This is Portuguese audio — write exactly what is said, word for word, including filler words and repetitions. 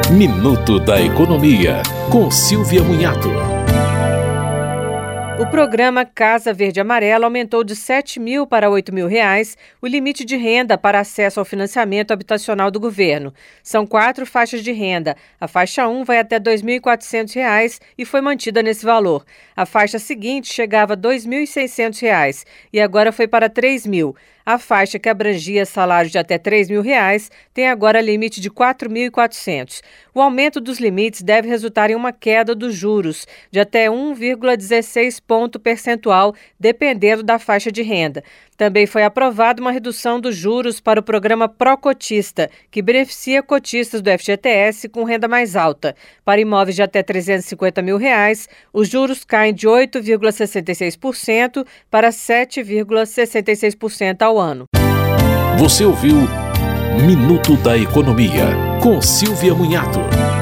Minuto da Economia, com Silvia Munhato. O programa Casa Verde Amarela aumentou de sete mil para oito mil reais o limite de renda para acesso ao financiamento habitacional do governo. São quatro faixas de renda. A faixa um vai até dois mil e quatrocentos reais e foi mantida nesse valor. A faixa seguinte chegava a dois mil e seiscentos reais e agora foi para três mil. A faixa que abrangia salários de até três mil reais tem agora limite de quatro mil e quatrocentos. O aumento dos limites deve resultar em uma queda dos juros de até um vírgula dezesseis ponto percentual, dependendo da faixa de renda. Também foi aprovada uma redução dos juros para o programa Procotista, que beneficia cotistas do F G T S com renda mais alta. Para imóveis de até trezentos e cinquenta mil reais, os juros caem de oito vírgula sessenta e seis por cento para sete vírgula sessenta e seis por cento ao ano. Você ouviu Minuto da Economia, com Silvia Munhato.